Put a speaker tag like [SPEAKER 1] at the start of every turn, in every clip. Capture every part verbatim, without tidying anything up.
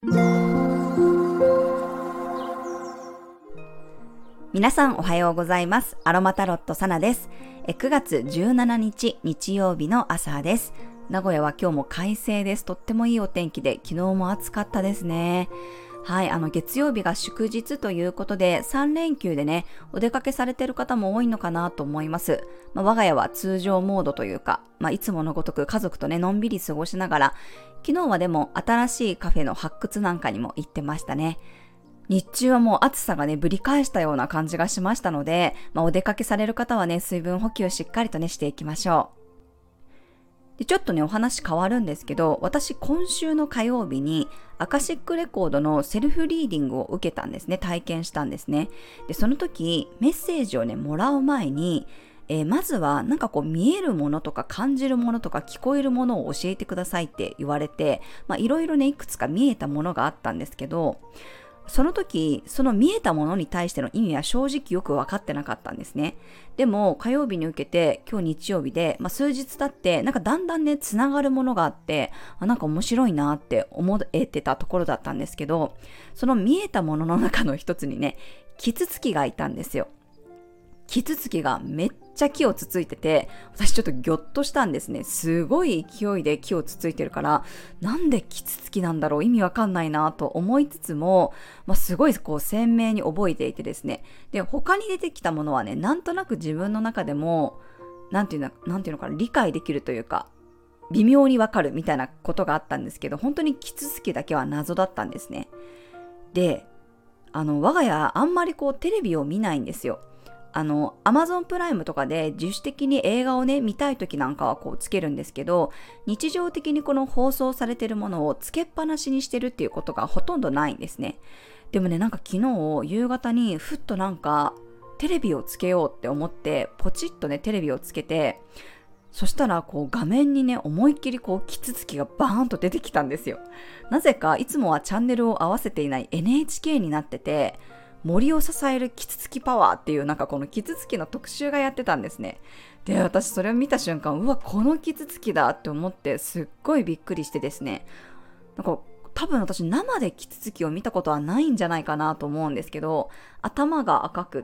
[SPEAKER 1] 皆さんおはようございます。アロマタロットサナです。くがつじゅうしちにち日曜日の朝です。名古屋は今日も快晴です。とってもいいお天気で、昨日も暑かったですね。はい、あの月曜日が祝日ということでさんれんきゅうでね、お出かけされている方も多いのかなと思います。まあ、我が家は通常モードというか、まあ、いつものごとく家族とね、のんびり過ごしながら、昨日はでも新しいカフェの発掘なんかにも行ってましたね。日中はもう暑さがね、ぶり返したような感じがしましたので、まあ、お出かけされる方はね、水分補給をしっかりとね、していきましょう。で、ちょっとね、お話変わるんですけど、私今週の火曜日にアカシックレコードのセルフリーディングを受けたんですね。体験したんですね。で、その時メッセージをね、もらう前に、えー、まずはなんかこう見えるものとか感じるものとか聞こえるものを教えてくださいって言われて、まあいろいろね、いくつか見えたものがあったんですけど、その時、その見えたものに対しての意味は正直よく分かってなかったんですね。でも火曜日に受けて今日日曜日で、まあ、数日経ってなんかだんだんねつながるものがあって、あ、なんか面白いなって思えてたところだったんですけど、その見えたものの中の一つにね、キツツキがいたんですよ。キツツキがめっちゃ木をつついてて、私ちょっとギョッとしたんですね。すごい勢いで木をつついてるから、なんでキツツキなんだろう、意味わかんないなと思いつつも、まあ、すごいこう鮮明に覚えていてですね。で、他に出てきたものはね、なんとなく自分の中でも、なんていうの、なんていうのかな、理解できるというか、微妙にわかるみたいなことがあったんですけど、本当にキツツキだけは謎だったんですね。で、あの、我が家あんまりこうテレビを見ないんですよ。あの、Amazon プライムとかで自主的に映画をね、見たい時なんかはこうつけるんですけど、日常的にこの放送されているものをつけっぱなしにしてるっていうことがほとんどないんですね。でもね、なんか昨日夕方にふっとなんかテレビをつけようって思って、ポチッとね、テレビをつけて、そしたらこう画面にね、思いっきりこうキツツキがバーンと出てきたんですよ。なぜかいつもはチャンネルを合わせていない エヌエイチケー になってて、森を支えるキツツキパワーっていうなんかこのキツツキの特集がやってたんですね。で、私それを見た瞬間、うわ、このキツツキだって思ってすっごいびっくりしてですね。なんか多分私生でキツツキを見たことはないんじゃないかなと思うんですけど、頭が赤くって、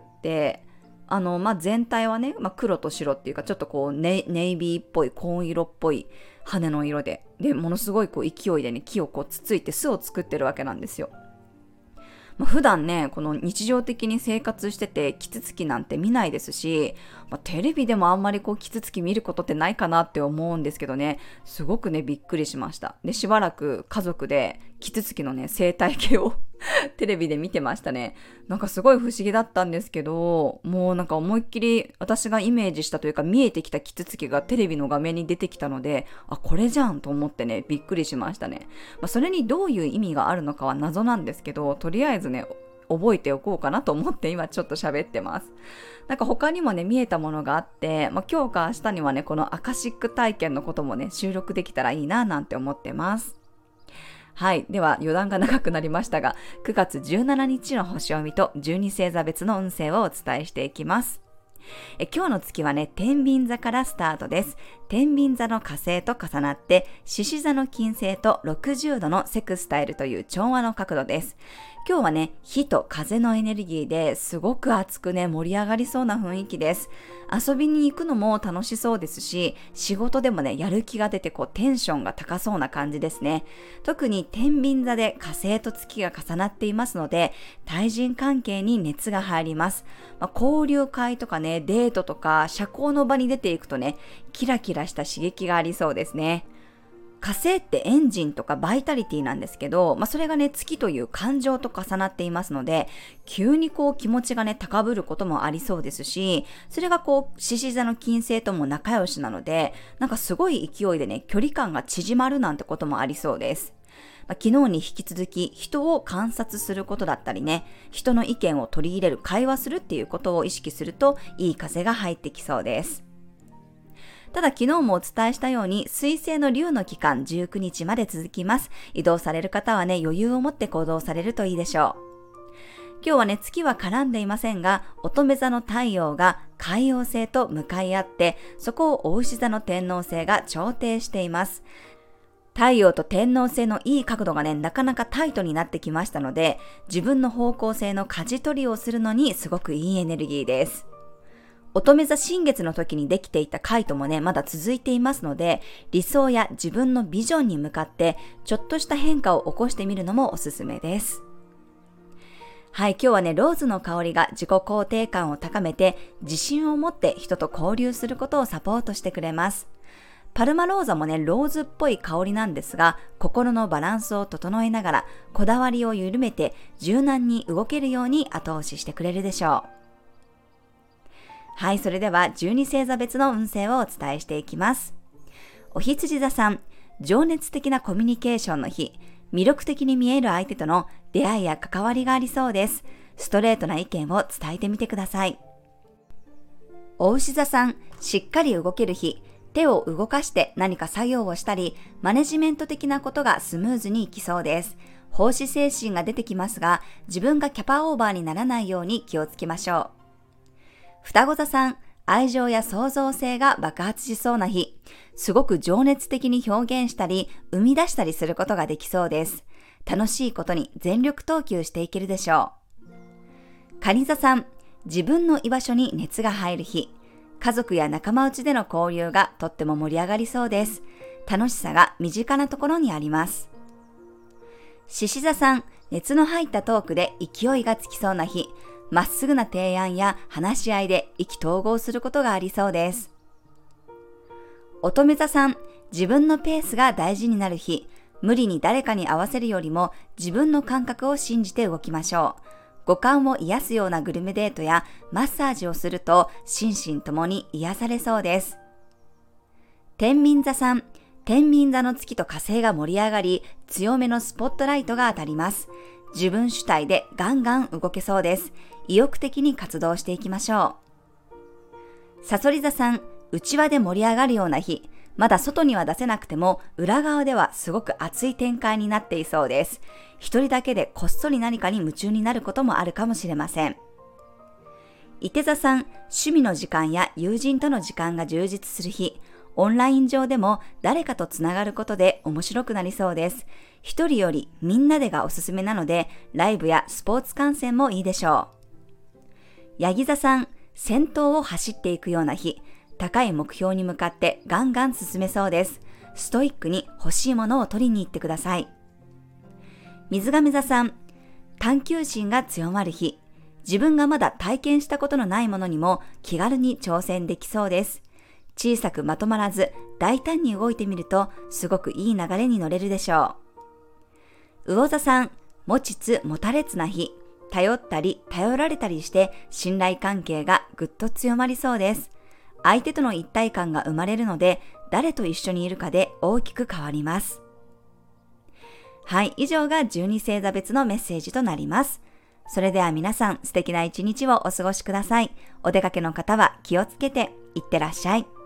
[SPEAKER 1] あの、まあ、全体はね、まあ、黒と白っていうかちょっとこうネ、ネイビーっぽい紺色っぽい羽の色で、で、ものすごいこう勢いでね、木をこうつついて巣を作ってるわけなんですよ。まあ、普段ね、この日常的に生活しててキツツキなんて見ないですし、まあ、テレビでもあんまりこうキツツキ見ることってないかなって思うんですけどね、すごくねびっくりしました。で、しばらく家族でキツツキのね生態系をテレビで見てましたね。なんかすごい不思議だったんですけど、もうなんか思いっきり私がイメージしたというか見えてきたキツツキがテレビの画面に出てきたので、あ、これじゃんと思ってね、びっくりしましたね。まあ、それにどういう意味があるのかは謎なんですけど、とりあえずね、覚えておこうかなと思って今ちょっと喋ってます。なんか他にもね見えたものがあって、まあ、今日か明日にはねこのアカシック体験のこともね収録できたらいいななんて思ってます。はい。では余談が長くなりましたが、くがつじゅうしちにちの星読みとじゅうに星座別の運勢をお伝えしていきます。え今日の月はね、天秤座からスタートです。天秤座の火星と重なって、獅子座の金星とろくじゅうどのセクスタイルという調和の角度です。今日はね、火と風のエネルギーですごく熱くね、盛り上がりそうな雰囲気です。遊びに行くのも楽しそうですし、仕事でもね、やる気が出てこうテンションが高そうな感じですね。特に天秤座で火星と月が重なっていますので、対人関係に熱が入ります。まあ、交流会とかね、デートとか社交の場に出ていくとね、キラキラした刺激がありそうですね。火星ってエンジンとかバイタリティなんですけど、まあ、それがね、月という感情と重なっていますので、急にこう気持ちがね、高ぶることもありそうですし、それがこう、獅子座の金星とも仲良しなので、なんかすごい勢いでね、距離感が縮まるなんてこともありそうです。まあ、昨日に引き続き人を観察することだったりね、人の意見を取り入れる、会話するっていうことを意識すると、いい風が入ってきそうです。ただ昨日もお伝えしたように水星の竜の期間じゅうくにちまで続きます。移動される方はね、余裕を持って行動されるといいでしょう。今日はね、月は絡んでいませんが、乙女座の太陽が海王星と向かい合って、そこを牡牛座の天王星が調停しています。 太陽と天王星のいい角度がね、なかなかタイトになってきましたので、自分の方向性の舵取りをするのにすごくいいエネルギーです。乙女座新月の時にできていたカイトもね、まだ続いていますので、理想や自分のビジョンに向かってちょっとした変化を起こしてみるのもおすすめです。はい、今日はね、ローズの香りが自己肯定感を高めて、自信を持って人と交流することをサポートしてくれます。パルマローザもね、ローズっぽい香りなんですが、心のバランスを整えながら、こだわりを緩めて柔軟に動けるように後押ししてくれるでしょう。はい、それではじゅうに星座別の運勢をお伝えしていきます。お羊座さん、情熱的なコミュニケーションの日、魅力的に見える相手との出会いや関わりがありそうです。ストレートな意見を伝えてみてください。お牛座さん、しっかり動ける日、手を動かして何か作業をしたり、マネジメント的なことがスムーズにいきそうです。奉仕精神が出てきますが、自分がキャパオーバーにならないように気をつけましょう。双子座さん、愛情や創造性が爆発しそうな日、すごく情熱的に表現したり、生み出したりすることができそうです。楽しいことに全力投球していけるでしょう。蟹座さん、自分の居場所に熱が入る日、家族や仲間内での交流がとっても盛り上がりそうです。楽しさが身近なところにあります。獅子座さん、熱の入ったトークで勢いがつきそうな日、まっすぐな提案や話し合いで意気投合することがありそうです。乙女座さん、自分のペースが大事になる日、無理に誰かに合わせるよりも自分の感覚を信じて動きましょう。五感を癒すようなグルメデートやマッサージをすると心身ともに癒されそうです。天秤座さん、天秤座の月と火星が盛り上がり、強めのスポットライトが当たります。自分主体でガンガン動けそうです。意欲的に活動していきましょう。さそり座さん、内輪で盛り上がるような日、まだ外には出せなくても裏側ではすごく熱い展開になっていそうです。一人だけでこっそり何かに夢中になることもあるかもしれません。いて座さん、趣味の時間や友人との時間が充実する日、オンライン上でも誰かとつながることで面白くなりそうです。一人よりみんなでがおすすめなので、ライブやスポーツ観戦もいいでしょう。ヤギ座さん、先頭を走っていくような日、高い目標に向かってガンガン進めそうです。ストイックに欲しいものを取りに行ってください。水亀座さん、探求心が強まる日、自分がまだ体験したことのないものにも気軽に挑戦できそうです。小さくまとまらず大胆に動いてみるとすごくいい流れに乗れるでしょう。魚座さん、持ちつ持たれつな日、頼ったり頼られたりして信頼関係がぐっと強まりそうです。相手との一体感が生まれるので、誰と一緒にいるかで大きく変わります。はい、以上がじゅうに星座別のメッセージとなります。それでは皆さん、素敵な一日をお過ごしください。お出かけの方は気をつけていってらっしゃい。